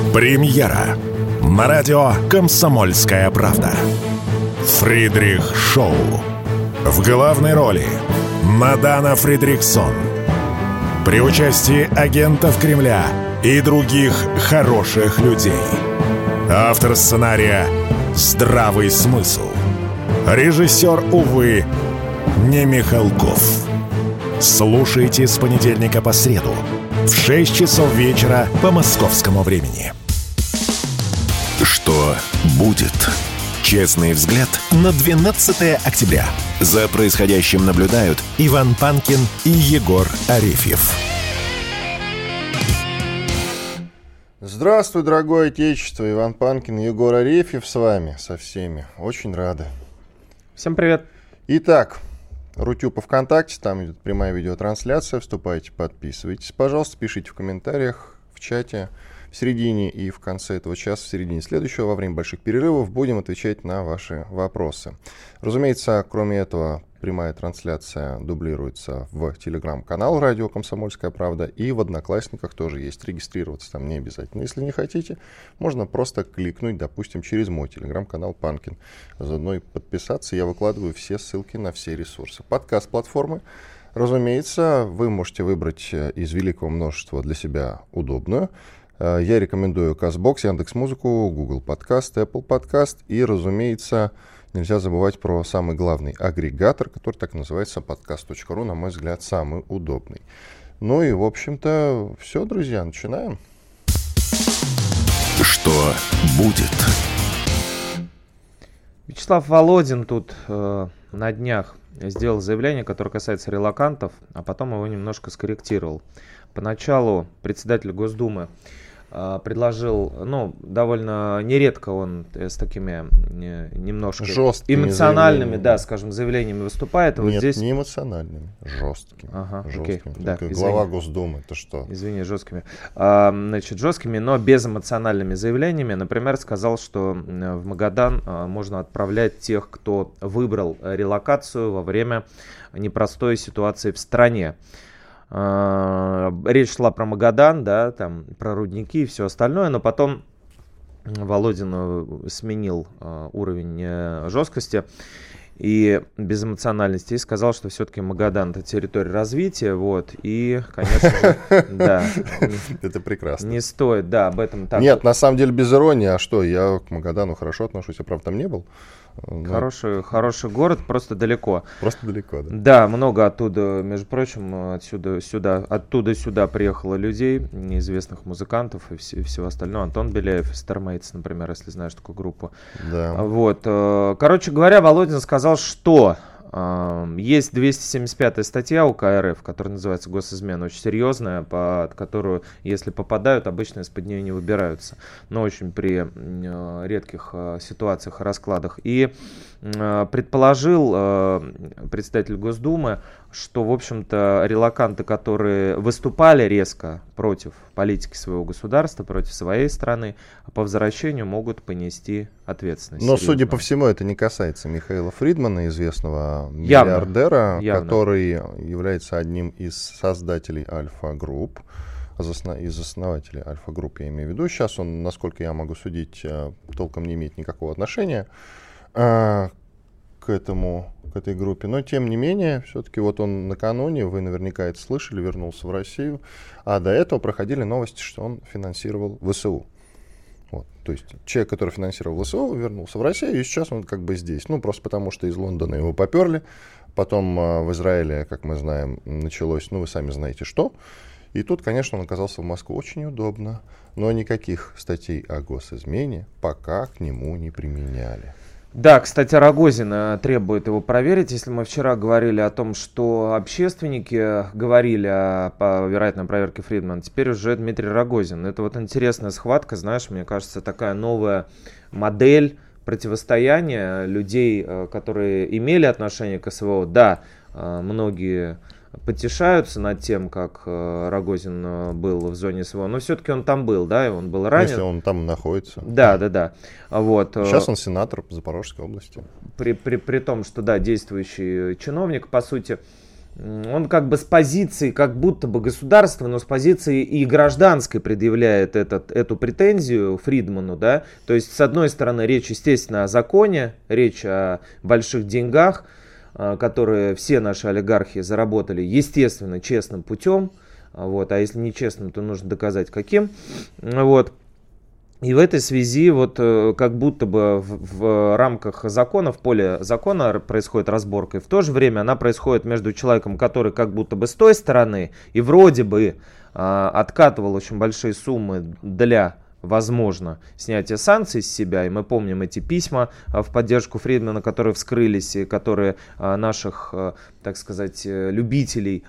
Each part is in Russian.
Премьера на радио «Комсомольская правда». Фридрих Шоу. В главной роли Мадана Фридрихсон. При участии агентов Кремля и других хороших людей. Автор сценария «Здравый смысл». Режиссер, увы, не Михалков. Слушайте с понедельника по среду в 6 часов вечера по московскому времени. Что будет? Честный взгляд на 12 октября. За происходящим наблюдают Иван Панкин и Егор Арефьев. Здравствуй, дорогое отечество. Иван Панкин, Егор Арефьев с вами, со всеми. Очень рады. Всем привет. Итак, Рутюб ВКонтакте, там идет прямая видеотрансляция. Вступайте, подписывайтесь. Пожалуйста, пишите в комментариях, в чате. В середине и в конце этого часа, в середине следующего, во время больших перерывов, будем отвечать на ваши вопросы. Разумеется, кроме этого, прямая трансляция дублируется в телеграм-канал «Радио Комсомольская правда» и в Одноклассниках тоже есть. Регистрироваться там не обязательно. Если не хотите, можно просто кликнуть, допустим, через мой телеграм-канал «Панкин». Заодно и подписаться. Я выкладываю все ссылки на все ресурсы. Подкаст-платформы. Разумеется, вы можете выбрать из великого множества для себя удобную. Я рекомендую Castbox, Яндекс.Музыку, Google Подкаст, Apple Подкаст. И, разумеется, нельзя забывать про самый главный агрегатор, который так и называется podcast.ru, на мой взгляд, самый удобный. Ну и, в общем-то, все, друзья, начинаем. Что будет? Вячеслав Володин тут на днях сделал заявление, которое касается релокантов, а потом его немножко скорректировал. Поначалу председатель Госдумы предложил, довольно нередко он с такими немножко жесткими эмоциональными, скажем, заявлениями выступает. Нет, вот здесь не эмоциональными, жесткими. Жесткими. Да, глава Госдумы, это что? Извини, жесткими. Жесткими, но безэмоциональными заявлениями. Например, сказал, что в Магадан можно отправлять тех, кто выбрал релокацию во время непростой ситуации в стране. Речь шла про Магадан, там про рудники и все остальное, но потом Володин сменил уровень жесткости и безэмоциональности и сказал, что все-таки Магадан — это территория развития, и, конечно же, да. Это прекрасно. Не стоит, об этом так. Нет, на самом деле без иронии, а что, я к Магадану хорошо отношусь, я, правда, там не был. Хороший город, просто далеко. Просто далеко, да. Да, много оттуда, между прочим, оттуда сюда приехало людей, неизвестных музыкантов и всего остального. Антон Беляев из Стармейтс, например, если знаешь такую группу. Да. Короче говоря, Володин сказал, что есть 275-я статья УК РФ, которая называется «Госизмена», очень серьезная, под которую, если попадают, обычно из-под нее не выбираются, но очень при редких ситуациях и раскладах. И предположил председатель Госдумы, что, в общем-то, релоканты, которые выступали резко против политики своего государства, против своей страны, по возвращению могут понести ответственность. Но, судя по всему, это не касается Михаила Фридмана, известного миллиардера, который является одним из создателей Альфа-групп, из основателей Альфа-групп, я имею в виду. Сейчас он, насколько я могу судить, толком не имеет никакого отношения к этой группе. Но, тем не менее, все-таки он накануне, вы наверняка это слышали, вернулся в Россию. А до этого проходили новости, что он финансировал ВСУ. То есть человек, который финансировал ВСУ, вернулся в Россию, и сейчас он как бы здесь. Просто потому, что из Лондона его поперли. Потом в Израиле, как мы знаем, началось, вы сами знаете что. И тут, конечно, он оказался в Москве. Очень удобно. Но никаких статей о госизмене пока к нему не применяли. Да, кстати, Рогозин требует его проверить. Если мы вчера говорили о том, что общественники говорили о вероятной проверке Фридмана, теперь уже Дмитрий Рогозин. Это интересная схватка, знаешь, мне кажется, такая новая модель противостояния людей, которые имели отношение к СВО. Да, многие потешаются над тем, как Рогозин был в зоне СВО, но все-таки он там был, и он был ранен. Если он там находится. Да. Сейчас он сенатор Запорожской области. При том, что, действующий чиновник, по сути. он как бы с позиции, как будто бы государства, но с позиции и гражданской предъявляет эту претензию Фридману, да, то есть с одной стороны речь, естественно, о законе, речь о больших деньгах, которые все наши олигархи заработали, естественно, честным путем, вот, а если нечестным, то нужно доказать каким, вот. И в этой связи вот как будто бы в рамках закона, в поле закона происходит разборка. И в то же время она происходит между человеком, который как будто бы с той стороны и вроде бы откатывал очень большие суммы для, возможно, снятия санкций с себя. И мы помним эти письма в поддержку Фридмана, которые вскрылись, и которые наших, так сказать, любителей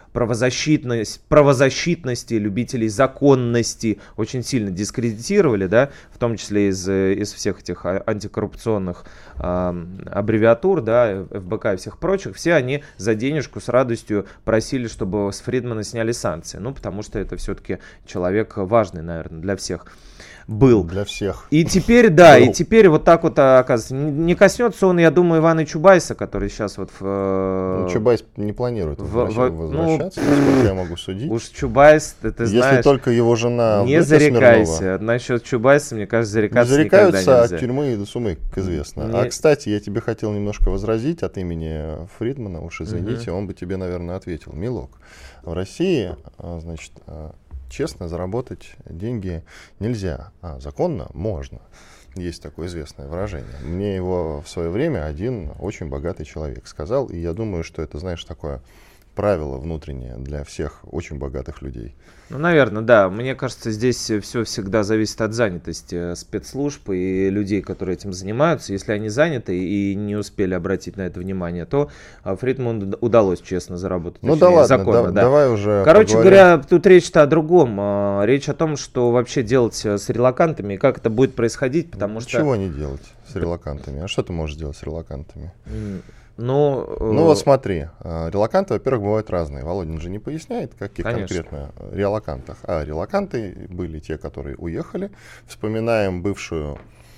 правозащитности, любителей законности очень сильно дискредитировали, да, в том числе из всех этих антикоррупционных аббревиатур, да, ФБК и всех прочих. Все они за денежку с радостью просили, чтобы с Фридмана сняли санкции. Ну, потому что это все-таки человек важный, наверное, для всех. Был. Для всех. И теперь, да, и теперь вот так вот, оказывается, не коснется он, я думаю, Ивана Чубайса, который сейчас вот Чубайс не планирует возвращаться, насколько я могу судить. Уж Чубайс, ты знаешь... Если только его жена не зарекайся. Насчет Чубайса, мне кажется, зарекаться никогда нельзя. Зарекаются от тюрьмы и до сумы, как известно. А, кстати, я тебе хотел немножко возразить от имени Фридмана, уж извините, он бы тебе, наверное, ответил. Милок, в России, значит... честно заработать деньги нельзя, а законно можно. Есть такое известное выражение. Мне его в свое время один очень богатый человек сказал, и я думаю, что это, знаешь, такое правило внутреннее для всех очень богатых людей. Ну, наверное, да. Мне кажется, здесь все всегда зависит от занятости спецслужб и людей, которые этим занимаются. Если они заняты и не успели обратить на это внимание, то Фридману удалось честно заработать. Ну да ладно, законно, да. Давай уже Короче говоря, тут речь-то о другом. Речь о том, что вообще делать с релокантами и как это будет происходить, потому что... Ничего не делать с релокантами. А что ты можешь делать с релокантами? Ну вот смотри, релоканты, во-первых, бывают разные. Володин же не поясняет, какие конкретно релокантах. А релоканты были те, которые уехали. Вспоминаем бывшую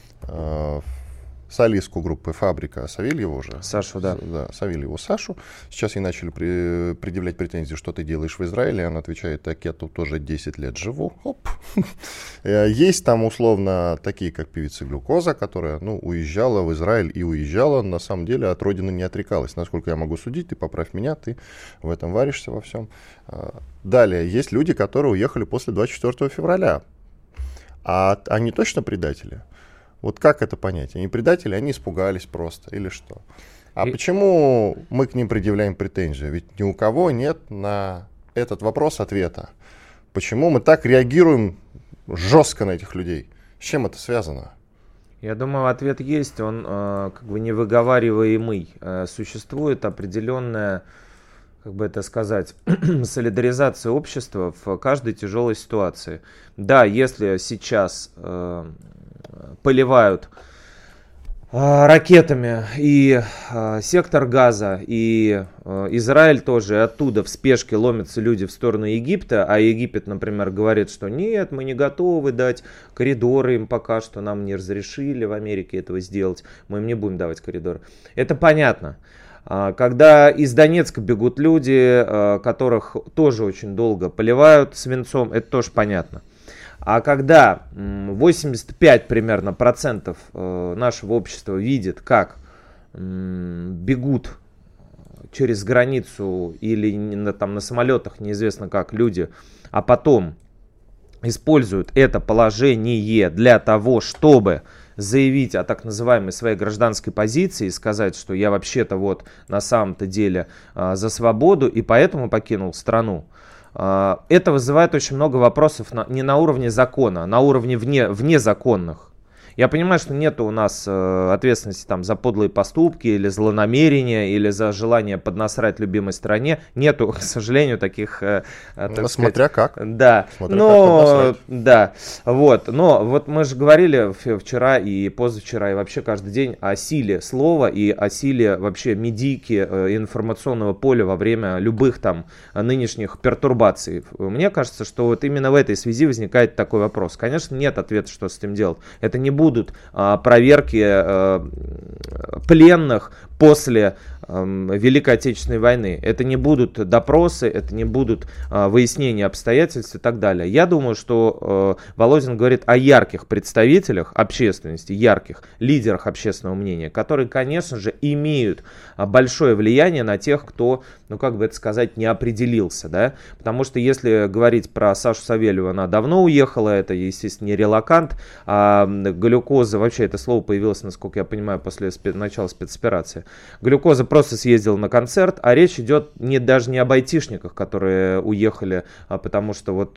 солистку группы «Фабрика» Савельеву уже. Сашу, да. Да, Савельеву Сашу. Сейчас ей начали предъявлять претензии, что ты делаешь в Израиле. Она отвечает: так я тут тоже 10 лет живу. Оп. Есть там условно такие, как певица Глюкоза, которая уезжала в Израиль и уезжала. На самом деле от родины не отрекалась. Насколько я могу судить, ты поправь меня, ты в этом варишься во всем. Далее, есть люди, которые уехали после 24 февраля. А они точно предатели? Вот как это понять? Они предатели, они испугались просто или что? А почему мы к ним предъявляем претензию? Ведь ни у кого нет на этот вопрос ответа. Почему мы так реагируем жестко на этих людей? С чем это связано? Я думаю, ответ есть, он как бы невыговариваемый. Существует определенная, как бы это сказать, солидаризация общества в каждой тяжелой ситуации. Да, если сейчас поливают ракетами и сектор Газа, и Израиль тоже, и оттуда в спешке ломятся люди в сторону Египта, а Египет, например, говорит, что нет, мы не готовы дать коридоры им пока что, нам не разрешили в Америке этого сделать, мы им не будем давать коридоры. Это понятно. Когда из Донецка бегут люди, которых тоже очень долго поливают свинцом, это тоже понятно. А когда 85 примерно процентов нашего общества видит, как бегут через границу или на самолетах, неизвестно как, люди, а потом используют это положение для того, чтобы заявить о так называемой своей гражданской позиции и сказать, что я вообще-то вот на самом-то деле за свободу и поэтому покинул страну. Это вызывает очень много вопросов не на уровне закона, а на уровне внезаконных. Я понимаю, что нет у нас ответственности там, за подлые поступки или злонамерения, или за желание поднасрать любимой стране. Нету, к сожалению, таких... смотря как. Да, но вот мы же говорили вчера и позавчера, и вообще каждый день о силе слова и о силе вообще медийки информационного поля во время любых там нынешних пертурбаций. Мне кажется, что вот именно в этой связи возникает такой вопрос. Конечно, нет ответа, что с этим делать. Это не будут проверки пленных после Великой Отечественной войны. Это не будут допросы, это не будут выяснения обстоятельств и так далее. Я думаю, что Володин говорит о ярких представителях общественности, ярких лидерах общественного мнения, которые, конечно же, имеют большое влияние на тех, кто, ну как бы это сказать, не определился, да, потому что если говорить про Сашу Савельеву, она давно уехала, это, естественно, не релокант, а глюкоза, вообще это слово появилось, насколько я понимаю, после начала спецоперации. Глюкоза просто съездила на концерт, а речь идет даже не об айтишниках, которые уехали, потому что вот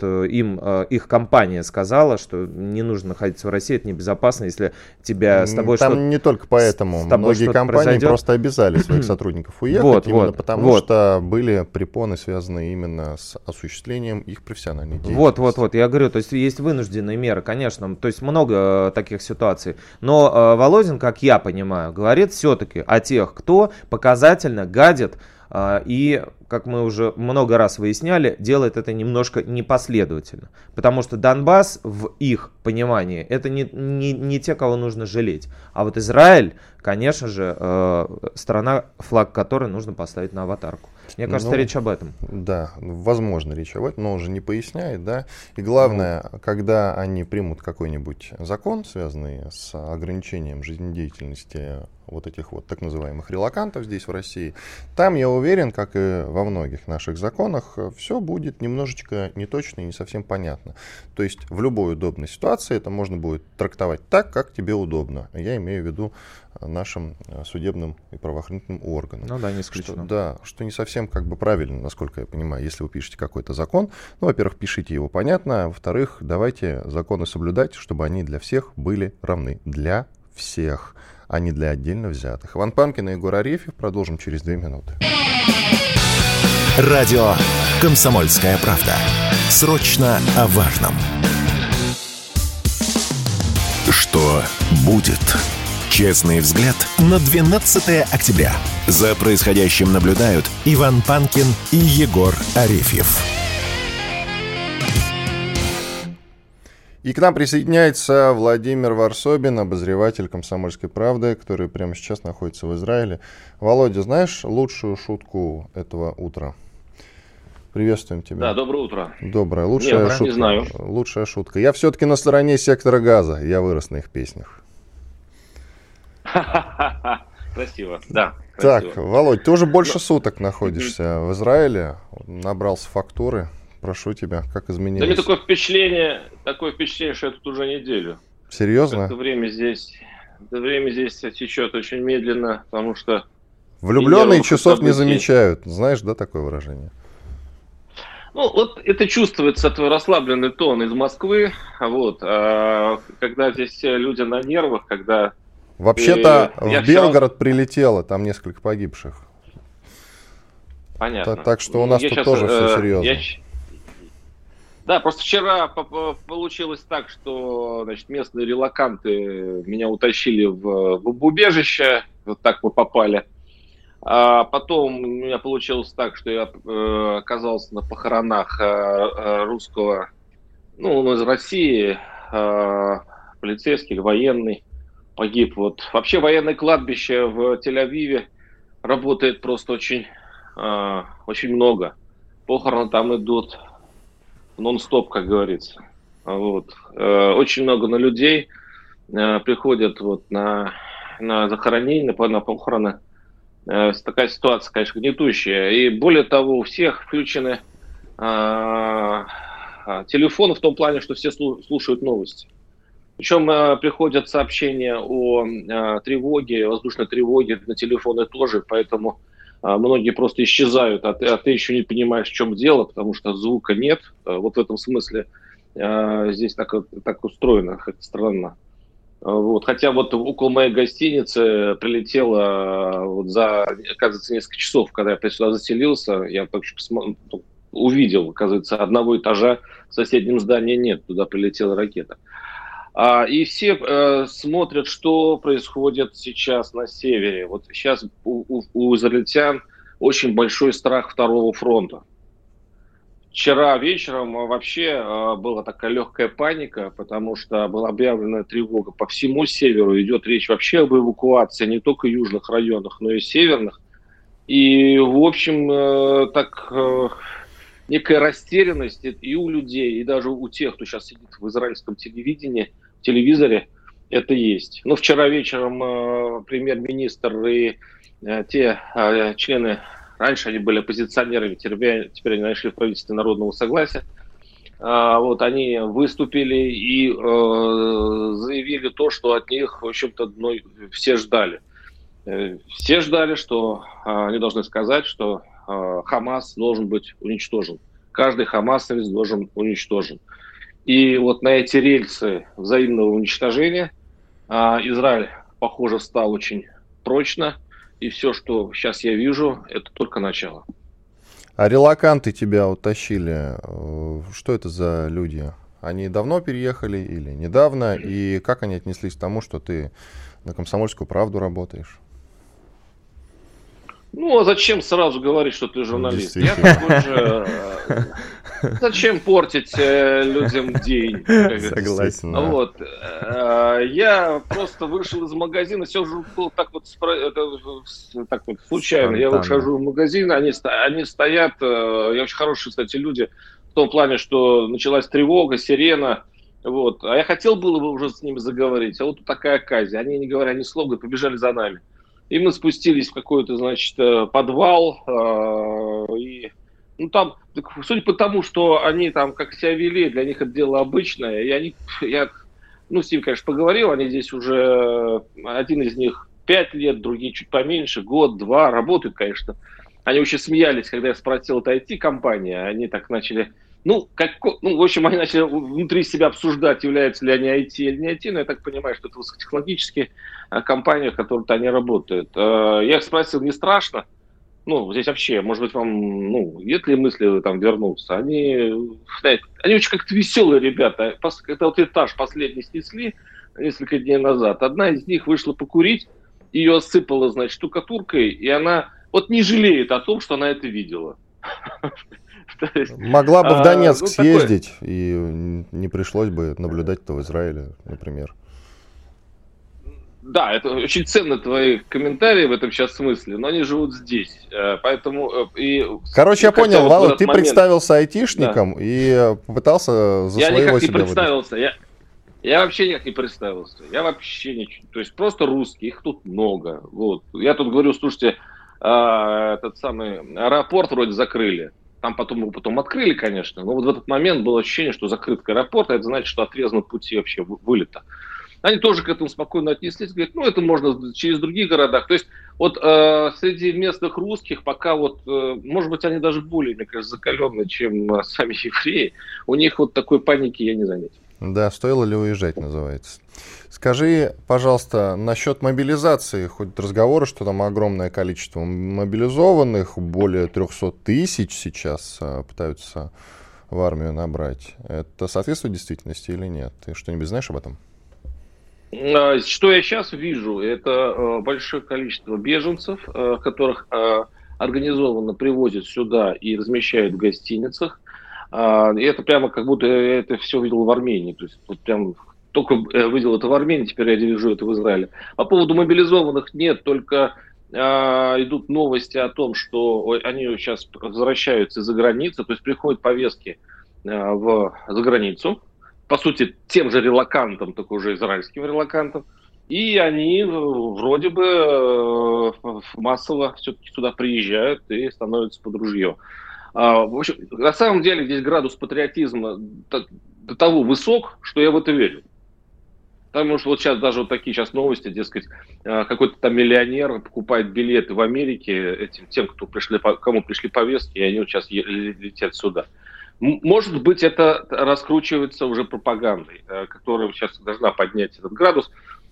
их компания сказала, что не нужно находиться в России, это небезопасно, если тебя с тобой там что-то... не только поэтому, многие компании произойдет. Просто обязали своих сотрудников уехать, потому что были препоны, связанные именно с осуществлением их профессиональной деятельности. Я говорю, то есть есть вынужденные меры, конечно, то есть много таких ситуаций, но Володин, как я понимаю, говорит все-таки о тех, кто показательно гадит и, как мы уже много раз выясняли, делает это немножко непоследовательно. Потому что Донбасс, в их понимании, это не те, кого нужно жалеть. А вот Израиль, конечно же, страна, флаг которой нужно поставить на аватарку. Мне кажется, речь об этом. Да, возможно, речь об этом, но он же не поясняет, да. И главное, когда они примут какой-нибудь закон, связанный с ограничением жизнедеятельности вот этих вот так называемых релокантов здесь, в России, там, я уверен, как и во многих наших законах, все будет немножечко неточно и не совсем понятно. То есть в любой удобной ситуации это можно будет трактовать так, как тебе удобно. Я имею в виду нашим судебным и правоохранительным органам. Ну да, не исключено. Что не совсем как бы правильно, насколько я понимаю, если вы пишете какой-то закон. Ну, во-первых, пишите его понятно, а во-вторых, давайте законы соблюдать, чтобы они для всех были равны. Для всех, а не для отдельно взятых. Иван Панкин и Егор Арефьев. Продолжим через 2 минуты. Радио «Комсомольская правда». Срочно о важном. Что будет? Честный взгляд на 12 октября. За происходящим наблюдают Иван Панкин и Егор Арефьев. И к нам присоединяется Владимир Варсобин, обозреватель «Комсомольской правды», который прямо сейчас находится в Израиле. Володя, знаешь лучшую шутку этого утра? Приветствуем тебя. Да, доброе утро. Доброе. Лучшая шутка. Не знаю. Лучшая шутка. Я все-таки на стороне сектора Газа. Я вырос на их песнях. Красиво, да. Так, Володь, ты уже больше суток находишься в Израиле, набрался фактуры. Прошу тебя, как изменилось? Да, мне такое впечатление, что я тут уже неделю. Серьезно? Как-то время здесь течет очень медленно, потому что... Влюбленные часов не замечают. Знаешь, да, такое выражение? Ну, вот это чувствуется, твой расслабленный тон из Москвы, вот, когда здесь люди на нервах, когда... Вообще-то в Белгород прилетело, там несколько погибших. Понятно. Так что у нас тут тоже все серьезно. Да, просто вчера получилось так, что, значит, местные релоканты меня утащили в убежище, вот так мы попали. А потом у меня получилось так, что я оказался на похоронах русского, ну, он из России, полицейский, военный, погиб. Вот. Вообще военное кладбище в Тель-Авиве работает просто очень много. Похороны там идут нон-стоп, как говорится. Вот. Очень много на людей приходят вот на захоронение, на похороны. Такая ситуация, конечно, гнетущая. И более того, у всех включены телефоны в том плане, что все слушают новости. Причем приходят сообщения о тревоге, воздушной тревоге на телефоны тоже, поэтому многие просто исчезают, а ты еще не понимаешь, в чем дело, потому что звука нет. Вот в этом смысле здесь так устроено, как-то странно. Вот. Хотя вот около моей гостиницы прилетело вот за, оказывается, несколько часов, когда я сюда заселился, я увидел, оказывается, одного этажа в соседнем здании нет, туда прилетела ракета. И все смотрят, что происходит сейчас на севере. Вот сейчас у израильтян очень большой страх второго фронта. вчера вечером вообще была такая легкая паника, потому что была объявлена тревога по всему северу. Идет речь вообще об эвакуации не только южных районах, но и северных. И, в общем, некая растерянность и у людей, и даже у тех, кто сейчас сидит в израильском телевизоре, это есть. Но вчера вечером премьер-министр и те члены, раньше они были оппозиционерами, теперь они нашли в правительстве народного согласия, вот они выступили и заявили то, что от них, в общем-то, все ждали. Все ждали, что они должны сказать, что Хамас должен быть уничтожен. Каждый хамасовец должен быть уничтожен. И вот на эти рельсы взаимного уничтожения Израиль, похоже, встал очень прочно. И все, что сейчас я вижу, это только начало. А релоканты тебя утащили. Что это за люди? Они давно переехали или недавно? И как они отнеслись к тому, что ты на «Комсомольскую правду» работаешь? Ну, а зачем сразу говорить, что ты журналист? Я такой же... Зачем портить людям день? Согласен. Да. Вот. Я просто вышел из магазина, все же было так вот случайно. Я выхожу в магазин, они стоят, я очень хорошие, кстати, люди, в том плане, что началась тревога, сирена. Вот. А я хотел было бы уже с ними заговорить, а вот такая оказия. Они, не говоря ни слова, побежали за нами. И мы спустились в какой-то, значит, подвал, и, ну, там, судя по тому, что они там как себя вели, для них это дело обычное, и я с ними, конечно, поговорил, они здесь уже, один из них 5 лет, другие чуть поменьше, год-два, работают, конечно. Они очень смеялись, когда я спросил, это IT-компания, они так начали... в общем, они начали внутри себя обсуждать, являются ли они IT или не IT, но я так понимаю, что это высокотехнологические компании, в которых они работают. Я их спросил, не страшно? Здесь вообще, может быть, вам, нет ли мысли там вернуться? Они очень как-то веселые ребята. Это вот этаж последний снесли несколько дней назад. Одна из них вышла покурить, ее осыпала, значит, штукатуркой, и она вот не жалеет о том, что она это видела. Могла бы в Донецк съездить, и не пришлось бы наблюдать это в Израиле, например. Да, это очень ценно твои комментарии в этом сейчас смысле, но они живут здесь, поэтому... Короче, я понял, Володь, ты представился айтишником, да, и попытался за своего себя представился. Я вообще никак не представился. Я вообще ничего. То есть просто русские, их тут много. Вот. Я тут говорю, слушайте, этот самый аэропорт вроде закрыли. Там потом открыли, конечно, но вот в этот момент было ощущение, что закрыт аэропорт, а это значит, что отрезаны пути вообще вылета. Они тоже к этому спокойно отнеслись, говорят, это можно через другие города. То есть вот среди местных русских пока может быть, они даже более, мне кажется, закаленные, чем сами евреи. У них вот такой паники я не заметил. Да, стоило ли уезжать, называется. Скажи, пожалуйста, насчет мобилизации. Ходят разговоры, что там огромное количество мобилизованных, более 300 тысяч сейчас пытаются в армию набрать. Это соответствует действительности или нет? Ты что-нибудь знаешь об этом? Что я сейчас вижу, это большое количество беженцев, которых организованно привозят сюда и размещают в гостиницах. И это прямо как будто я это все видел в Армении. То есть вот прям только видел это в Армении, теперь я вижу это в Израиле. По поводу мобилизованных нет, только идут новости о том, что они сейчас возвращаются из-за границы, то есть приходят повестки за границу, по сути, тем же релокантам, только уже израильским релокантам, и они вроде бы массово все-таки сюда приезжают и становятся под ружье. В общем, на самом деле здесь градус патриотизма до того высок, что я в это верю. Потому что вот сейчас даже вот такие сейчас новости, дескать, какой-то там миллионер покупает билеты в Америке тем, кому пришли повестки, и они вот сейчас летят сюда. Может быть, это раскручивается уже пропагандой, которая сейчас должна поднять этот градус.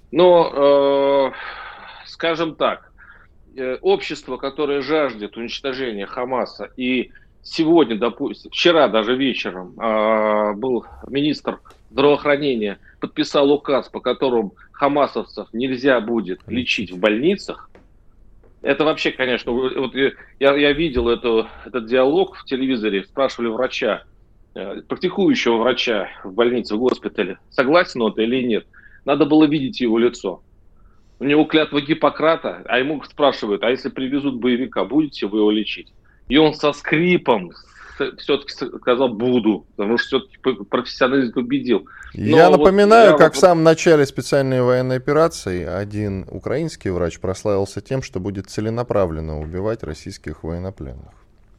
Но, скажем так, общество, которое жаждет уничтожения Хамаса, и сегодня, допустим, вчера даже вечером был министр здравоохранения, подписал указ, по которому хамасовцев нельзя будет лечить в больницах. Это вообще, конечно, вот я видел этот диалог в телевизоре, спрашивали врача, практикующего врача в больнице, в госпитале, согласен он или нет. Надо было видеть его лицо. У него клятва Гиппократа, а ему спрашивают, а если привезут боевика, будете вы его лечить? И он со скрипом все-таки сказал, буду, потому что все-таки профессионализм победил. Я напоминаю, как в самом начале специальной военной операции один украинский врач прославился тем, что будет целенаправленно убивать российских военнопленных.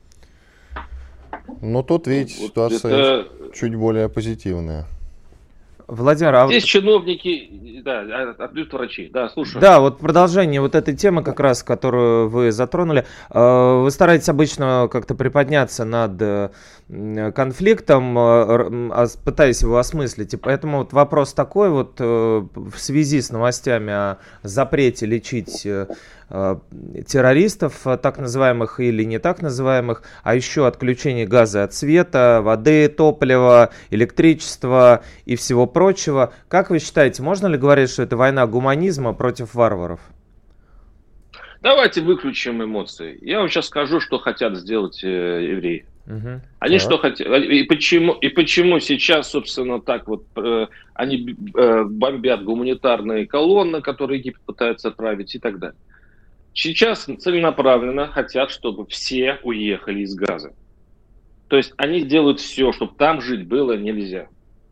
Но тут, видите, ситуация чуть более позитивная. Владимир, здесь чиновники, да, отбьют врачи, да, слушаю. Да, вот продолжение вот этой темы, как раз, которую вы затронули. Вы стараетесь обычно как-то приподняться над конфликтом, пытаясь его осмыслить. И поэтому вот вопрос такой вот в связи с новостями о запрете лечить террористов, так называемых или не так называемых, а еще отключение газа от света, воды, топлива, электричества и всего прочего. Как вы считаете, можно ли говорить, что это война гуманизма против варваров? Давайте выключим эмоции. Я вам сейчас скажу, что хотят сделать евреи. Угу. Они что хотят, и почему сейчас, собственно, так вот они бомбят гуманитарные колонны, которые Египет пытается отправить и так далее. Сейчас целенаправленно хотят, чтобы все уехали из Газы. То есть они делают все, чтобы там жить было нельзя.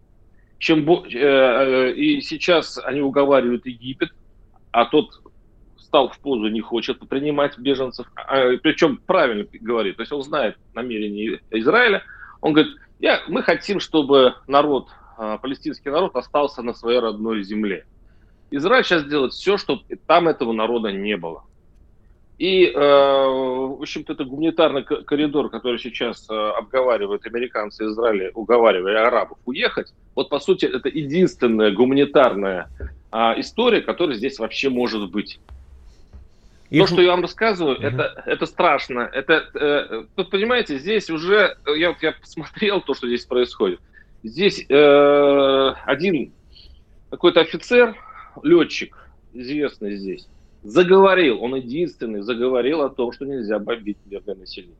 И сейчас они уговаривают Египет, а тот встал в позу, не хочет принимать беженцев. Причем правильно говорит, то есть он знает намерения Израиля. Он говорит, мы хотим, чтобы палестинский народ остался на своей родной земле. Израиль сейчас делает все, чтобы там этого народа не было. И, в общем-то, это гуманитарный коридор, который сейчас обговаривают американцы и Израиль, уговаривая арабов уехать. Вот, по сути, это единственная гуманитарная история, которая здесь вообще может быть. То, что я вам рассказываю, это страшно. Тут, понимаете, здесь уже, я посмотрел то, что здесь происходит. Здесь один какой-то офицер, летчик, известный здесь, заговорил, он единственный заговорил о том, что нельзя бомбить мирное население.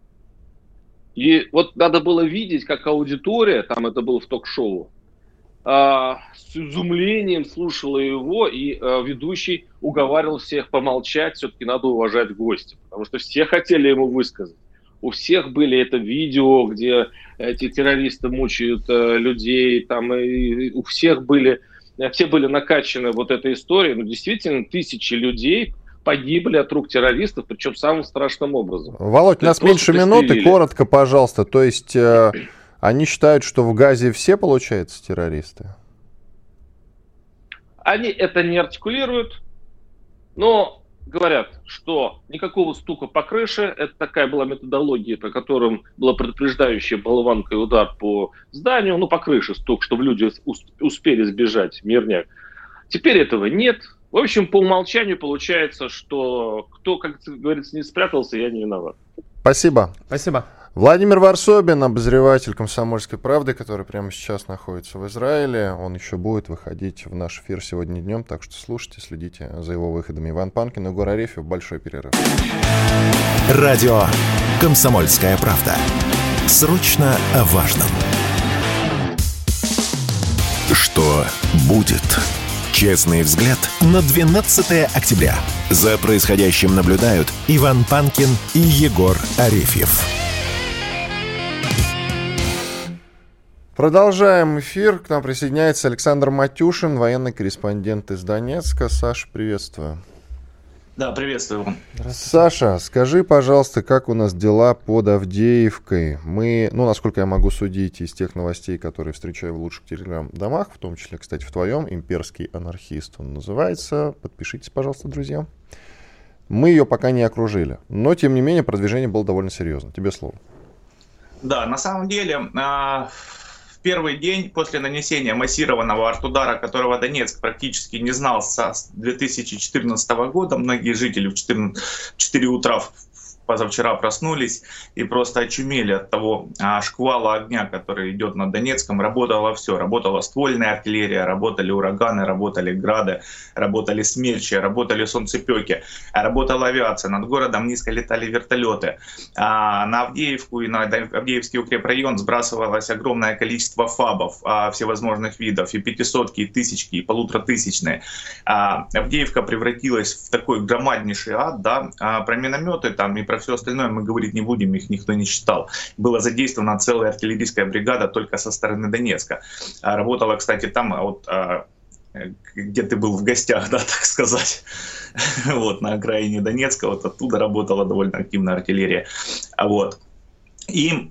И вот надо было видеть, как аудитория, там это было в ток-шоу, с изумлением слушала его, и ведущий уговаривал всех помолчать, все-таки надо уважать гостя, потому что все хотели ему высказать. У всех были это видео, где эти террористы мучают людей, там, и у всех были... Все были накачаны вот этой историей, но действительно тысячи людей погибли от рук террористов, причем самым страшным образом. Володь, у нас меньше минуты, коротко, пожалуйста. То есть они считают, что в Газе все, получается, террористы? Они это не артикулируют, но говорят, что никакого стука по крыше, это такая была методология, по которым была предупреждающая болванкой удар по зданию, по крыше стук, чтобы люди успели сбежать, мирняк. Теперь этого нет. В общем, по умолчанию получается, что кто, как говорится, не спрятался, я не виноват. Спасибо. Спасибо. Владимир Варсобин, обозреватель «Комсомольской правды», который прямо сейчас находится в Израиле. Он еще будет выходить в наш эфир сегодня днем, так что слушайте, следите за его выходами. Иван Панкин, Егор Арефьев. Большой перерыв. Радио «Комсомольская правда». Срочно о важном. Что будет? Честный взгляд на 12 октября. За происходящим наблюдают Иван Панкин и Егор Арефьев. Продолжаем эфир. К нам присоединяется Александр Матюшин, военный корреспондент из Донецка. Саша, приветствую. Да, приветствую. Саша, скажи, пожалуйста, как у нас дела под Авдеевкой? Мы, насколько я могу судить из тех новостей, которые встречаю в лучших телеграм-домах, в том числе, кстати, в твоем, «Имперский анархист» он называется. Подпишитесь, пожалуйста, друзья. Мы ее пока не окружили, но, тем не менее, продвижение было довольно серьезно. Тебе слово. Да, на самом деле... В первый день после нанесения массированного артудара, которого Донецк практически не знал с 2014 года, многие жители в 4 утра позавчера проснулись и просто очумели от того шквала огня, который идет над Донецком. Работало все. Работала ствольная артиллерия, работали ураганы, работали грады, работали смерчи, работали солнцепеки, работала авиация. Над городом низко летали вертолеты. На Авдеевку и на Авдеевский укрепрайон сбрасывалось огромное количество фабов всевозможных видов, и 500-ки, и 1000-ки, и 1500-тысячные. Авдеевка превратилась в такой громаднейший ад, да, про минометы там и про все остальное мы говорить не будем, их никто не считал. Была задействована целая артиллерийская бригада только со стороны Донецка. Работала, кстати, там, вот, где ты был в гостях, да, так сказать, вот, на окраине Донецка, вот оттуда работала довольно активная артиллерия, вот. И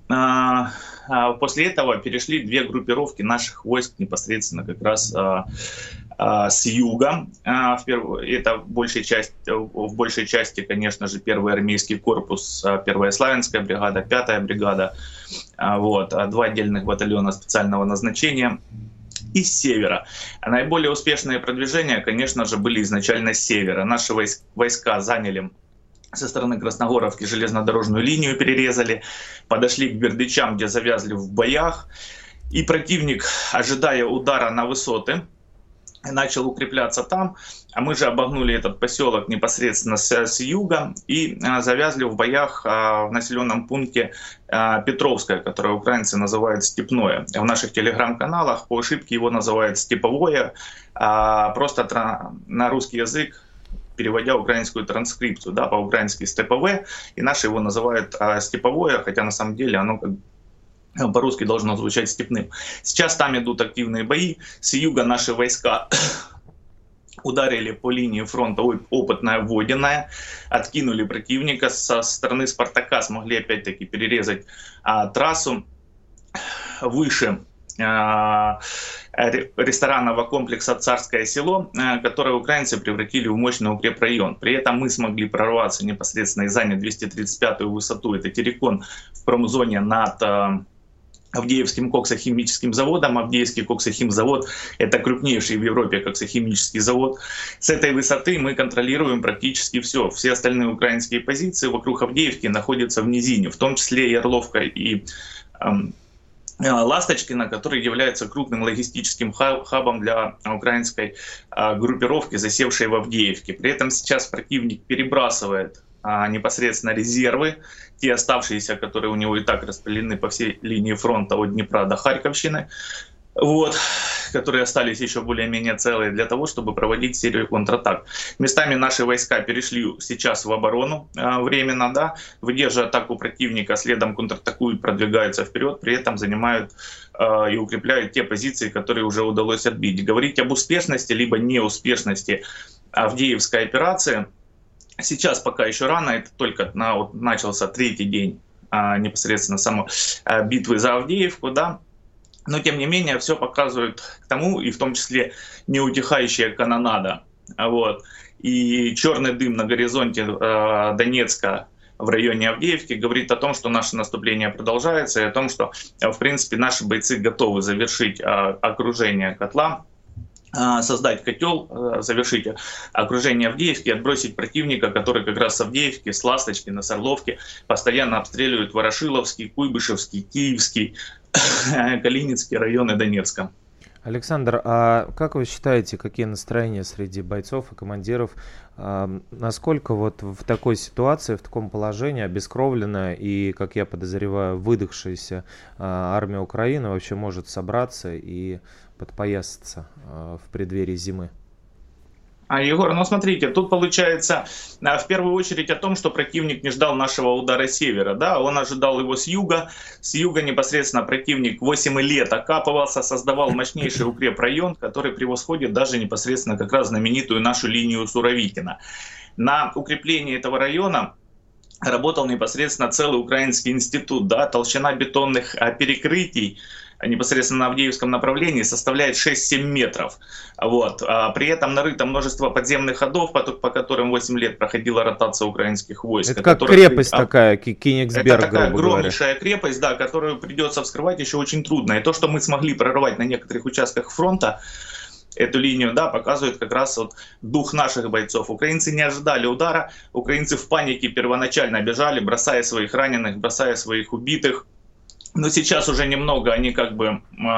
после этого перешли две группировки наших войск непосредственно как раз с юга. Это в большей части, конечно же, первый армейский корпус, первая Славянская бригада, 5-я бригада, вот, 2 отдельных батальона специального назначения. И с севера. Наиболее успешные продвижения, конечно же, были изначально с севера. Наши войска заняли со стороны Красногоровки железнодорожную линию, перерезали, подошли к Бердичам, где завязли в боях. И противник, ожидая удара на высоты, начал укрепляться там, а мы же обогнули этот поселок непосредственно с юга и завязли в боях в населенном пункте Петровское, которое украинцы называют Степное. В наших телеграм-каналах по ошибке его называют Степовое, просто на русский язык, переводя украинскую транскрипцию, да, по-украински Степове, и наши его называют Степовое, хотя на самом деле оно как по-русски должно звучать степным. Сейчас там идут активные бои. С юга наши войска ударили по линии фронта опытная Водяная, откинули противника. Со стороны Спартака смогли опять-таки перерезать трассу выше ресторанного комплекса «Царское село», которое украинцы превратили в мощный укрепрайон. При этом мы смогли прорваться непосредственно и занять 235-ю высоту. Это террикон в промзоне над Авдеевским коксохимическим заводом. Авдеевский коксохимзавод — это крупнейший в Европе коксохимический завод. С этой высоты мы контролируем практически все. Все остальные украинские позиции вокруг Авдеевки находятся в низине, в том числе и Орловка, и Ласточкино, который является крупным логистическим хабом для украинской группировки, засевшей в Авдеевке. При этом сейчас противник перебрасывает непосредственно резервы, те оставшиеся, которые у него и так распределены по всей линии фронта от Днепра до Харьковщины, вот, которые остались еще более-менее целые, для того, чтобы проводить серию контратак. Местами наши войска перешли сейчас в оборону временно, да, выдерживая атаку противника, следом контратакуют, продвигаются вперед, при этом занимают и укрепляют те позиции, которые уже удалось отбить. Говорить об успешности либо неуспешности Авдеевской операции сейчас пока еще рано, это только начался 3-й день непосредственно самой битвы за Авдеевку, да. Но, тем не менее, все показывает к тому, и в том числе неутихающая канонада. Вот. И черный дым на горизонте Донецка в районе Авдеевки говорит о том, что наше наступление продолжается, и о том, что, в принципе, наши бойцы готовы завершить окружение котла, создать котел, завершить окружение Авдеевки, отбросить противника, который как раз с Авдеевки, с Ласточкина, с Орловки постоянно обстреливает Ворошиловский, Куйбышевский, Киевский, Калининский районы Донецка. Александр, а как вы считаете, какие настроения среди бойцов и командиров? Насколько вот в такой ситуации, в таком положении обескровленная и, как я подозреваю, выдохшаяся армия Украины вообще может собраться и подпоясаться в преддверии зимы? Егор, ну смотрите, тут получается в первую очередь о том, что противник не ждал нашего удара с севера, да, он ожидал его с юга непосредственно противник 8 лет окапывался, создавал мощнейший укрепрайон, который превосходит даже непосредственно как раз знаменитую нашу линию Суровикина. На укрепление этого района работал непосредственно целый украинский институт, да, толщина бетонных перекрытий непосредственно на Авдеевском направлении составляет 6-7 метров. Вот. При этом нарыто множество подземных ходов, по которым 8 лет проходила ротация украинских войск. Это как крепость такая, Кенигсберг, это такая грубо говоря. огромнейшая крепость, да, которую придется вскрывать еще очень трудно. И то, что мы смогли прорвать на некоторых участках фронта, эту линию, да, показывает как раз вот дух наших бойцов. Украинцы не ожидали удара, украинцы в панике первоначально бежали, бросая своих раненых, бросая своих убитых. Но сейчас уже немного они как бы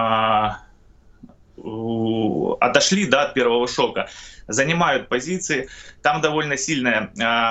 отошли, да, от первого шока, занимают позиции. Там довольно сильное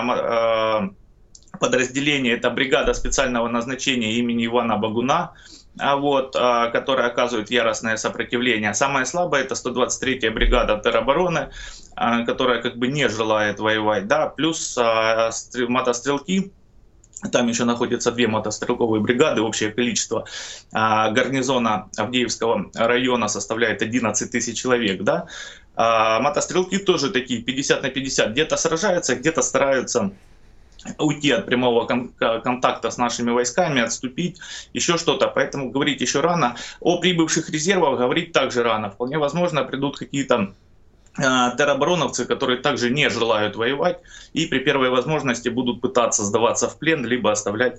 подразделение, это бригада специального назначения имени Ивана Багуна, которая оказывает яростное сопротивление. Самая слабая — это 123-я бригада теробороны, которая как бы не желает воевать, да, плюс мотострелки. Там еще находятся 2 мотострелковые бригады. Общее количество гарнизона Авдеевского района составляет 11 тысяч человек. Да? Мотострелки тоже такие 50 на 50. Где-то сражаются, где-то стараются уйти от прямого контакта с нашими войсками, отступить, еще что-то. Поэтому говорить еще рано. О прибывших резервах говорить также рано. Вполне возможно, придут какие-то теробороновцы, которые также не желают воевать и при первой возможности будут пытаться сдаваться в плен, либо оставлять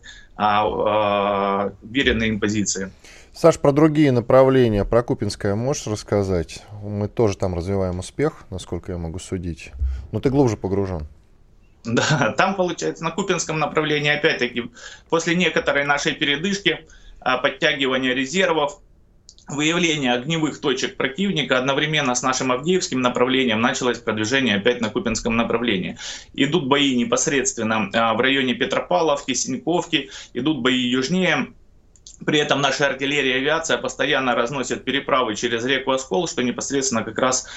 веренные им позиции. Саш, про другие направления, про Купинское можешь рассказать? Мы тоже там развиваем успех, насколько я могу судить. Но ты глубже погружен. Да, там получается на Купинском направлении опять-таки после некоторой нашей передышки, подтягивания резервов, выявление огневых точек противника, одновременно с нашим Авдеевским направлением началось продвижение опять на Купинском направлении. Идут бои непосредственно в районе Петропавловки, Синьковки, идут бои южнее. При этом наша артиллерия и авиация постоянно разносят переправы через реку Оскол, что непосредственно как раз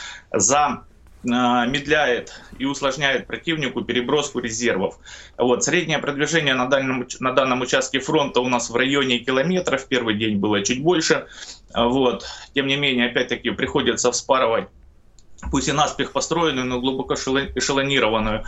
замедляет и усложняет противнику переброску резервов. Среднее продвижение на данном участке фронта у нас в районе километра. В первый день было чуть больше. Тем не менее, опять-таки, приходится вспарывать, пусть и наспех построенную, но глубоко эшелонированную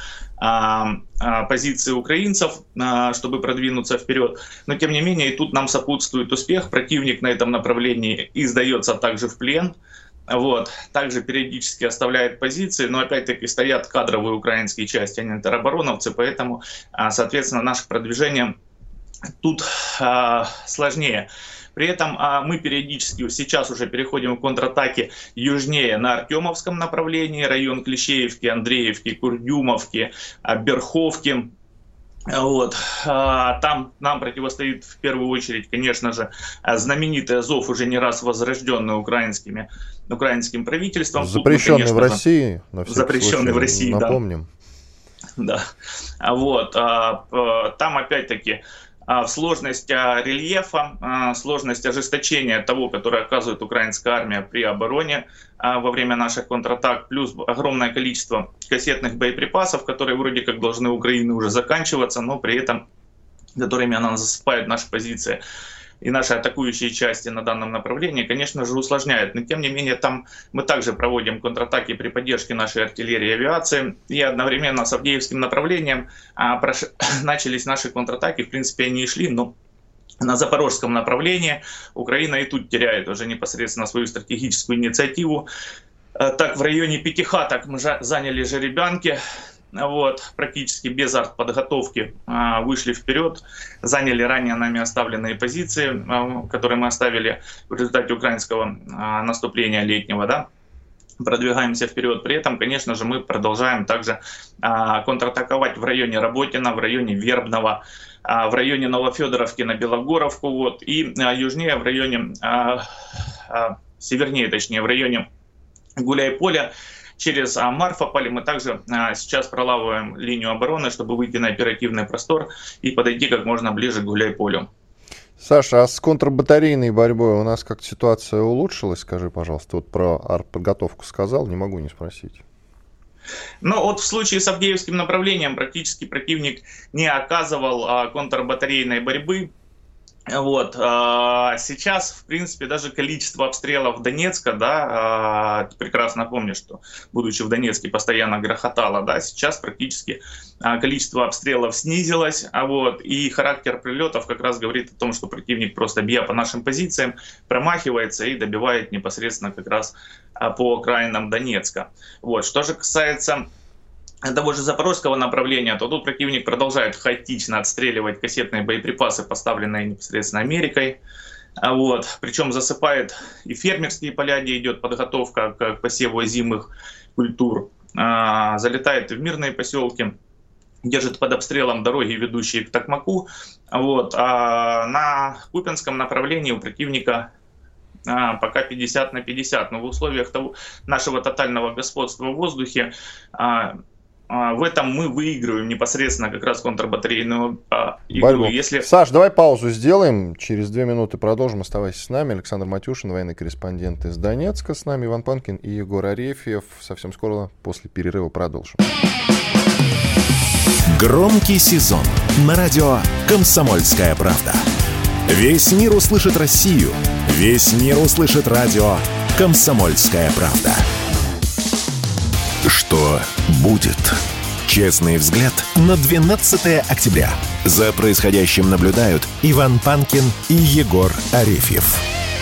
позиции украинцев, чтобы продвинуться вперед. Но тем не менее, и тут нам сопутствует успех. Противник на этом направлении и сдается также в плен. Также периодически оставляет позиции, но опять-таки стоят кадровые украинские части, а не теробороновцы, поэтому, соответственно, наше продвижение тут сложнее. При этом мы периодически сейчас уже переходим к контратаке южнее на Артемовском направлении, район Клещеевки, Андреевки, Курдюмовки, Берховки. Там нам противостоит в первую очередь, конечно же, знаменитый Азов, уже не раз возрожденный украинским правительством. Запрещенный в России, запрещенный в России, напомним. Да. Там опять-таки сложность рельефа, сложность ожесточения того, которое оказывает украинская армия при обороне во время наших контратак, плюс огромное количество кассетных боеприпасов, которые вроде как должны у Украины уже заканчиваться, но при этом которыми она засыпает наши позиции и наши атакующие части на данном направлении, конечно же, усложняет. Но тем не менее, там мы также проводим контратаки при поддержке нашей артиллерии и авиации. И одновременно с Авдеевским направлением начались наши контратаки. В принципе, они и шли, но на Запорожском направлении Украина и тут теряет уже непосредственно свою стратегическую инициативу. Так, в районе Пятихаток мы заняли Жеребянки. Практически без артподготовки вышли вперед, заняли ранее нами оставленные позиции, которые мы оставили в результате украинского наступления летнего, да? Продвигаемся вперед. При этом, конечно же, мы продолжаем также контратаковать в районе Работина, в районе Вербного, в районе Новофедоровки на Белогоровку, и южнее в районе, севернее точнее, в районе Гуляйполя. Через Марфополь мы также сейчас пролавываем линию обороны, чтобы выйти на оперативный простор и подойти как можно ближе к Гуляйполю. Саша, а с контрбатарейной борьбой у нас как-то ситуация улучшилась? Скажи, пожалуйста. Про артподготовку сказал, не могу не спросить. В случае с Авдеевским направлением практически противник не оказывал контрбатарейной борьбы. Сейчас, в принципе, даже количество обстрелов Донецка, да, прекрасно помню, что, будучи в Донецке, постоянно грохотало, да, сейчас практически количество обстрелов снизилось, и характер прилетов как раз говорит о том, что противник просто, бья по нашим позициям, промахивается и добивает непосредственно как раз по окраинам Донецка. Что же касается того же запорожского направления, то тут противник продолжает хаотично отстреливать кассетные боеприпасы, поставленные непосредственно Америкой. Вот. Причем засыпает и фермерские поля, где идет подготовка к посеву озимых культур. Залетает и в мирные поселки, держит под обстрелом дороги, ведущие к Токмаку. Вот. А на Купянском направлении у противника пока 50/50. Но в условиях нашего тотального господства в воздухе в этом мы выигрываем непосредственно как раз контрбатарейную игру. Саш, давай паузу сделаем. Через 2 минуты продолжим. Оставайся с нами. Александр Матюшин, военный корреспондент из Донецка. С нами Иван Панкин и Егор Арефьев. Совсем скоро после перерыва продолжим. Громкий сезон на радио «Комсомольская правда». Весь мир услышит Россию. Весь мир услышит радио «Комсомольская правда». Что будет? Честный взгляд на 12 октября. За происходящим наблюдают Иван Панкин и Егор Арефьев.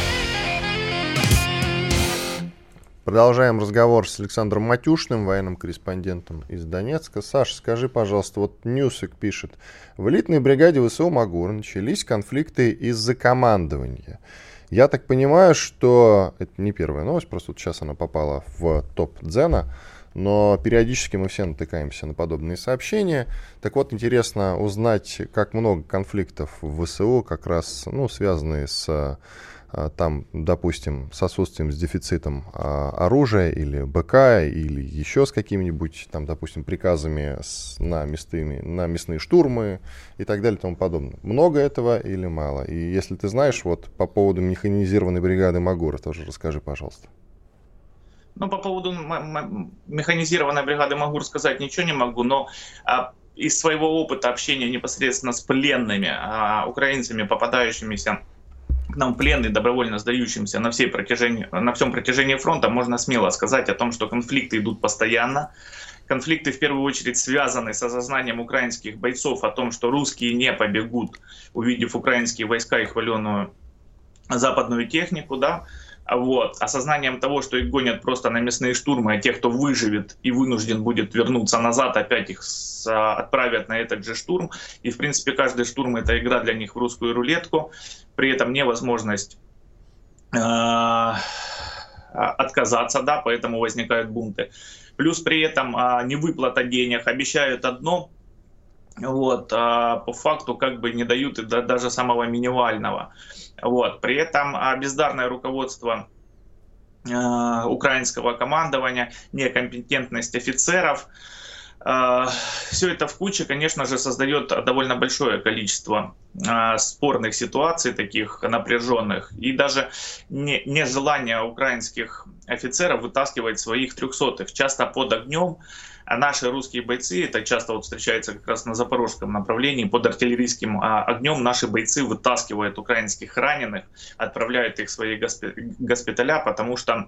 Продолжаем разговор с Александром Матюшиным, военным корреспондентом из Донецка. Саша, скажи, пожалуйста, вот Ньюсвик пишет: в элитной бригаде ВСУ «Магур» начались конфликты из-за командования. Я так понимаю, что это не первая новость, просто вот сейчас она попала в топ Дзена, но периодически мы все натыкаемся на подобные сообщения. Так вот, интересно узнать, как много конфликтов в ВСУ как раз, связанные с, там, допустим, с отсутствием, с дефицитом оружия или БК, или еще с какими-нибудь, там, допустим, приказами на мясные штурмы и так далее и тому подобное. Много этого или мало? И если ты знаешь, вот по поводу механизированной бригады «Магура», тоже расскажи, пожалуйста. По поводу механизированной бригады «Магур» сказать ничего не могу, но из своего опыта общения непосредственно с пленными украинцами, попадающимися к нам в плен и добровольно сдающимся на всем протяжении фронта, можно смело сказать о том, что конфликты идут постоянно. Конфликты в первую очередь связаны с осознанием украинских бойцов о том, что русские не побегут, увидев украинские войска и хваленую западную технику, да. Вот. Осознанием того, что их гонят просто на мясные штурмы, а тех, кто выживет и вынужден будет вернуться назад, опять их отправят на этот же штурм. И, в принципе, каждый штурм — это игра для них в русскую рулетку. При этом невозможность отказаться, да, поэтому возникают бунты. Плюс при этом невыплата денег, обещают одно, вот, по факту как бы не дают и даже самого минимального. Вот. При этом бездарное руководство украинского командования, некомпетентность офицеров, все это в куче, конечно же, создает довольно большое количество спорных ситуаций, таких напряженных, и даже нежелание украинских офицеров вытаскивать своих 300-х, часто под огнем. А наши русские бойцы, это часто вот встречается как раз на запорожском направлении, под артиллерийским огнем наши бойцы вытаскивают украинских раненых, отправляют их в свои госпиталя, потому что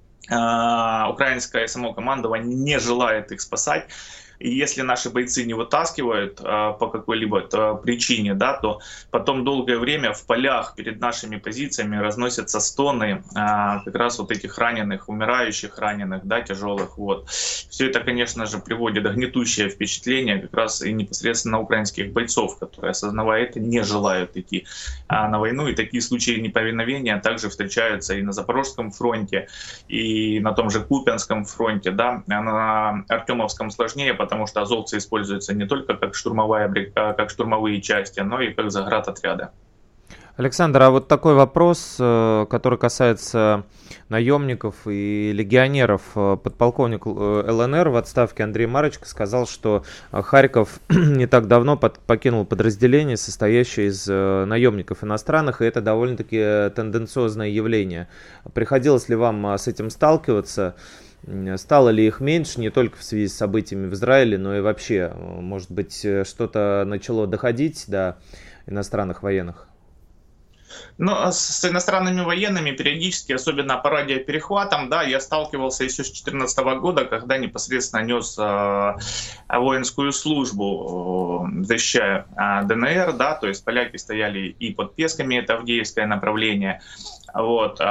украинское само командование не желает их спасать. И если наши бойцы не вытаскивают по какой-либо причине, да, то потом долгое время в полях перед нашими позициями разносятся стоны как раз вот этих раненых, умирающих раненых, да, тяжелых. Вот. Все это, конечно же, приводит к гнетущее впечатление как раз и непосредственно украинских бойцов, которые, осознавая это, не желают идти на войну. И такие случаи неповиновения также встречаются и на Запорожском фронте, и на том же Купянском фронте, да, на Артемовском сложнее, потому что азовцы используются не только как штурмовые части, но и как заградотряды. Александр, а вот такой вопрос, который касается наемников и легионеров. Подполковник ЛНР в отставке Андрей Марочко сказал, что Харьков не так давно покинул подразделение, состоящее из наемников иностранных, и это довольно-таки тенденциозное явление. Приходилось ли вам с этим сталкиваться? Стало ли их меньше, не только в связи с событиями в Израиле, но и вообще, может быть, что-то начало доходить до иностранных военных? Ну, с иностранными военными периодически, особенно по радиоперехватам, да, я сталкивался еще с 2014 года, когда непосредственно нес воинскую службу, защищая ДНР, да, то есть поляки стояли и под Песками, это Авдеевское направление, вот,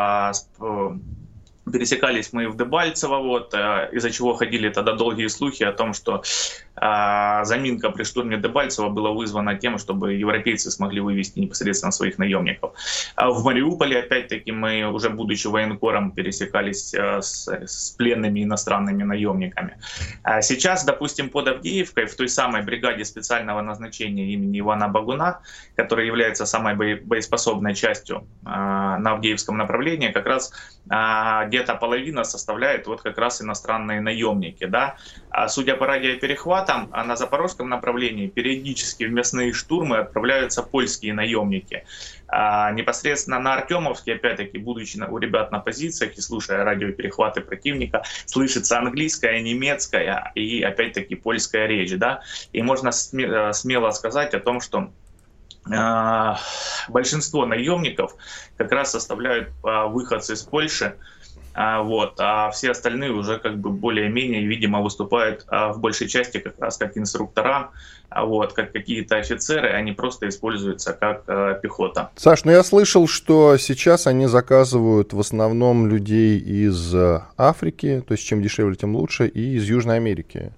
пересекались мы в Дебальцево, вот, из-за чего ходили тогда долгие слухи о том, что заминка при штурме Дебальцево была вызвана тем, чтобы европейцы смогли вывести непосредственно своих наемников. А в Мариуполе, опять-таки, мы, уже будучи военкором, пересекались с пленными иностранными наемниками. Сейчас, допустим, под Авдеевкой, в той самой бригаде специального назначения имени Ивана Багуна, которая является самой боеспособной частью на Авдеевском направлении, как раз где-то половина составляет вот как раз иностранные наемники. Да? А судя по радиоперехватам, на запорожском направлении периодически в мясные штурмы отправляются польские наемники. Непосредственно на Артемовске, опять-таки, будучи у ребят на позициях и слушая радиоперехваты противника, слышится английская, немецкая и, опять-таки, польская речь. Да? И можно смело сказать о том, что большинство наемников как раз составляют выходцы из Польши, а все остальные уже как бы более-менее, видимо, выступают в большей части как раз как инструктора, как какие-то офицеры, они просто используются как пехота. Саш, я слышал, что сейчас они заказывают в основном людей из Африки, то есть чем дешевле, тем лучше, и из Южной Америки.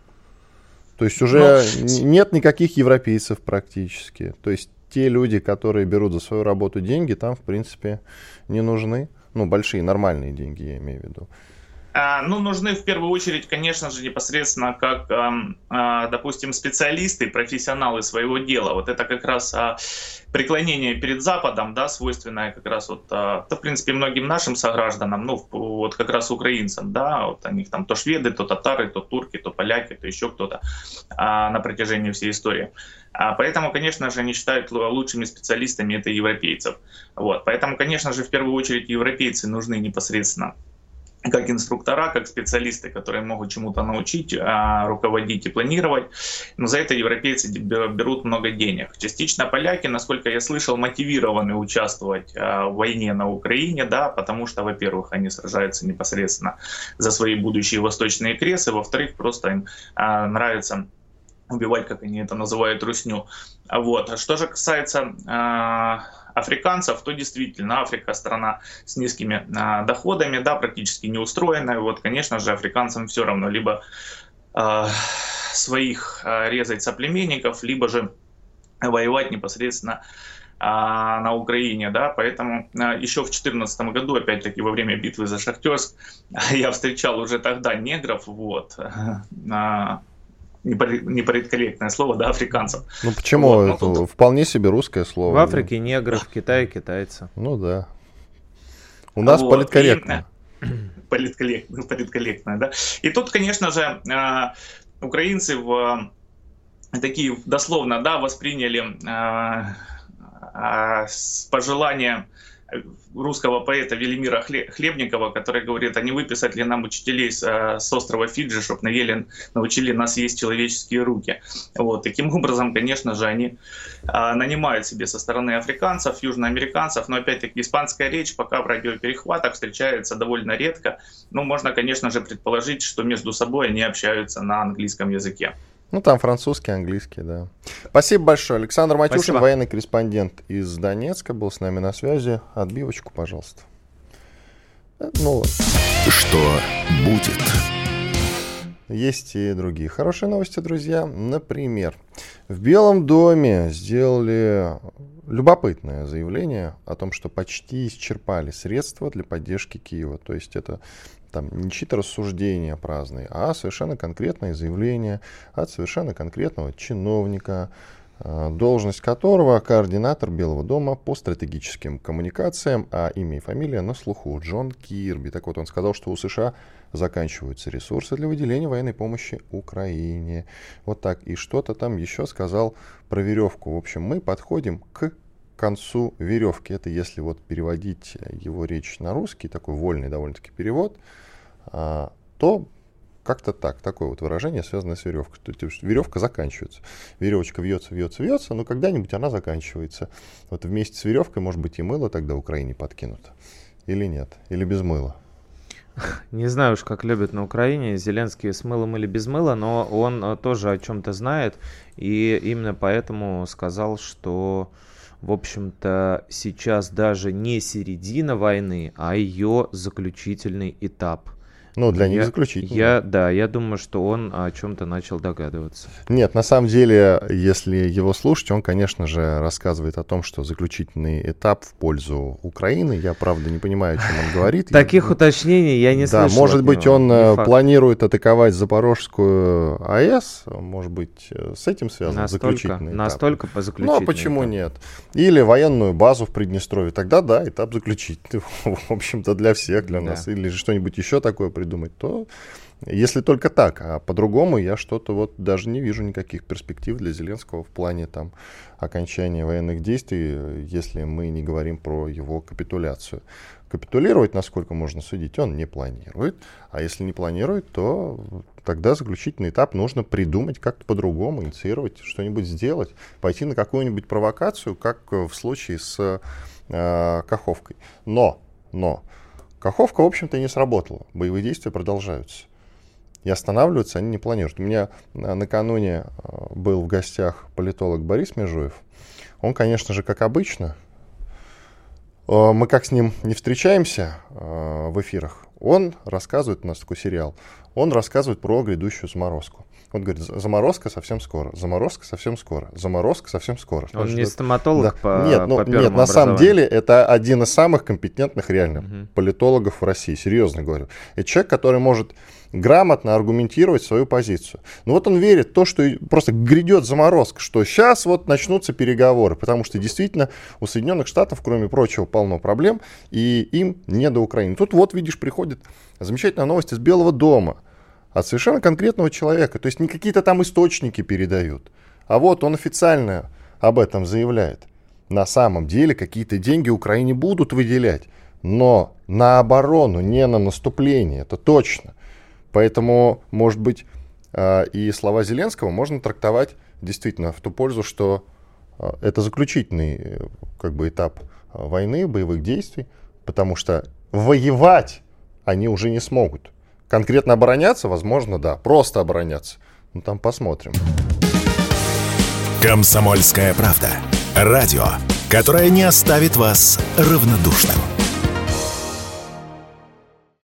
То есть уже нет никаких европейцев практически. То есть те люди, которые берут за свою работу деньги, там, в принципе, не нужны. Большие, нормальные деньги, я имею в виду. Нужны в первую очередь, конечно же, непосредственно как, допустим, специалисты, профессионалы своего дела. Вот это как раз преклонение перед Западом, да, свойственное как раз в принципе, многим нашим согражданам, вот как раз украинцам, да, вот у них там то шведы, то татары, то турки, то поляки, то еще кто-то на протяжении всей истории. Поэтому, конечно же, они считают лучшими специалистами это европейцев. Поэтому, конечно же, в первую очередь европейцы нужны непосредственно как инструктора, как специалисты, которые могут чему-то научить, руководить и планировать. Но за это европейцы берут много денег. Частично поляки, насколько я слышал, мотивированы участвовать в войне на Украине, да, потому что, во-первых, они сражаются непосредственно за свои будущие восточные кресы, во-вторых, просто им нравится убивать, как они это называют, русню. Что же касается африканцев, то действительно Африка страна с низкими доходами, да, практически неустроенная. Конечно же, африканцам все равно либо своих резать соплеменников, либо же воевать непосредственно на Украине, да, поэтому еще в 2014 году, опять-таки во время битвы за Шахтерск, я встречал уже тогда негров, неполиткорректное слово, да, африканцев. Почему? Это вполне себе русское слово. В Африке негры, в Китае китайцы. Да. У нас политкорректно. Политкорректно, да. И тут, конечно же, украинцы такие дословно, да, восприняли пожелания русского поэта Велимира Хлебникова, который говорит, а не выписать ли нам учителей с острова Фиджи, чтобы научили нас есть человеческие руки. Таким образом, конечно же, они нанимают себе со стороны африканцев, южноамериканцев, но опять-таки испанская речь пока в радиоперехватах встречается довольно редко. Можно, конечно же, предположить, что между собой они общаются на английском языке. Там французский, английский, да. Спасибо большое. Александр Матюшин, военный корреспондент из Донецка, был с нами на связи. Отбивочку, пожалуйста. Что будет? Есть и другие хорошие новости, друзья. Например, в Белом доме сделали любопытное заявление о том, что почти исчерпали средства для поддержки Киева. То есть это не чьи-то рассуждения праздные, а совершенно конкретное заявление от совершенно конкретного чиновника, должность которого координатор Белого дома по стратегическим коммуникациям, а имя и фамилия на слуху, Джон Кирби. Так вот, он сказал, что у США заканчиваются ресурсы для выделения военной помощи Украине. И что-то там еще сказал про веревку. В общем, мы подходим к концу веревки. Это если переводить его речь на русский, такой вольный довольно-таки перевод, то как-то такое выражение, связанное с веревкой. То есть веревка заканчивается. Веревочка вьется, но когда-нибудь она заканчивается. Вместе с веревкой, может быть, и мыло тогда Украине подкинут. Или нет? Или без мыла? Не знаю уж, как любят на Украине, Зеленский с мылом или без мыла, но он тоже о чем-то знает, и именно поэтому сказал, что, в общем-то, сейчас даже не середина войны, а ее заключительный этап. Ну, для них заключительный. Я думаю, что он о чем-то начал догадываться. Нет, на самом деле, если его слушать, он, конечно же, рассказывает о том, что заключительный этап в пользу Украины. Я, правда, не понимаю, о чем он говорит. Таких уточнений я не слышал. Да, может быть, он планирует атаковать Запорожскую АЭС, может быть, с этим связан заключительный этап. Настолько по заключительному. Ну, а почему нет? Или военную базу в Приднестровье. Тогда, да, этап заключительный. В общем-то, для всех, для нас. Или что-нибудь еще такое придумать, то если только так, а по-другому я что-то вот даже не вижу никаких перспектив для Зеленского в плане там окончания военных действий, если мы не говорим про его капитуляцию. Капитулировать, насколько можно судить, он не планирует, а если не планирует, то тогда заключительный этап нужно придумать как-то по-другому, инициировать, что-нибудь сделать, пойти на какую-нибудь провокацию, как в случае с Каховкой. Но Каховка, в общем-то, не сработала. Боевые действия продолжаются. И останавливаться они не планируют. У меня накануне был в гостях политолог Борис Межуев. Он, конечно же, как обычно, мы как с ним не встречаемся в эфирах, он рассказывает, у нас такой сериал, он рассказывает про грядущую заморозку. Он говорит, заморозка совсем скоро, заморозка совсем скоро, заморозка совсем скоро. Он не стоматолог, да. Нет, на самом деле это один из самых компетентных реально политологов в России, серьезно говорю. Это человек, который может грамотно аргументировать свою позицию. Но вот он верит в то, что просто грядет заморозка, что сейчас вот начнутся переговоры, потому что действительно у Соединенных Штатов, кроме прочего, полно проблем, и им не до Украины. Тут вот, видишь, приходит замечательная новость из Белого дома от совершенно конкретного человека. То есть не какие-то там источники передают, а вот он официально об этом заявляет. На самом деле какие-то деньги Украине будут выделять, но на оборону, не на наступление, это точно. Поэтому, может быть, и слова Зеленского можно трактовать действительно в ту пользу, что это заключительный этап войны, боевых действий, потому что воевать они уже не смогут. Конкретно обороняться, возможно, да. Просто обороняться. Ну, там посмотрим. «Комсомольская правда». Радио, которое не оставит вас равнодушным.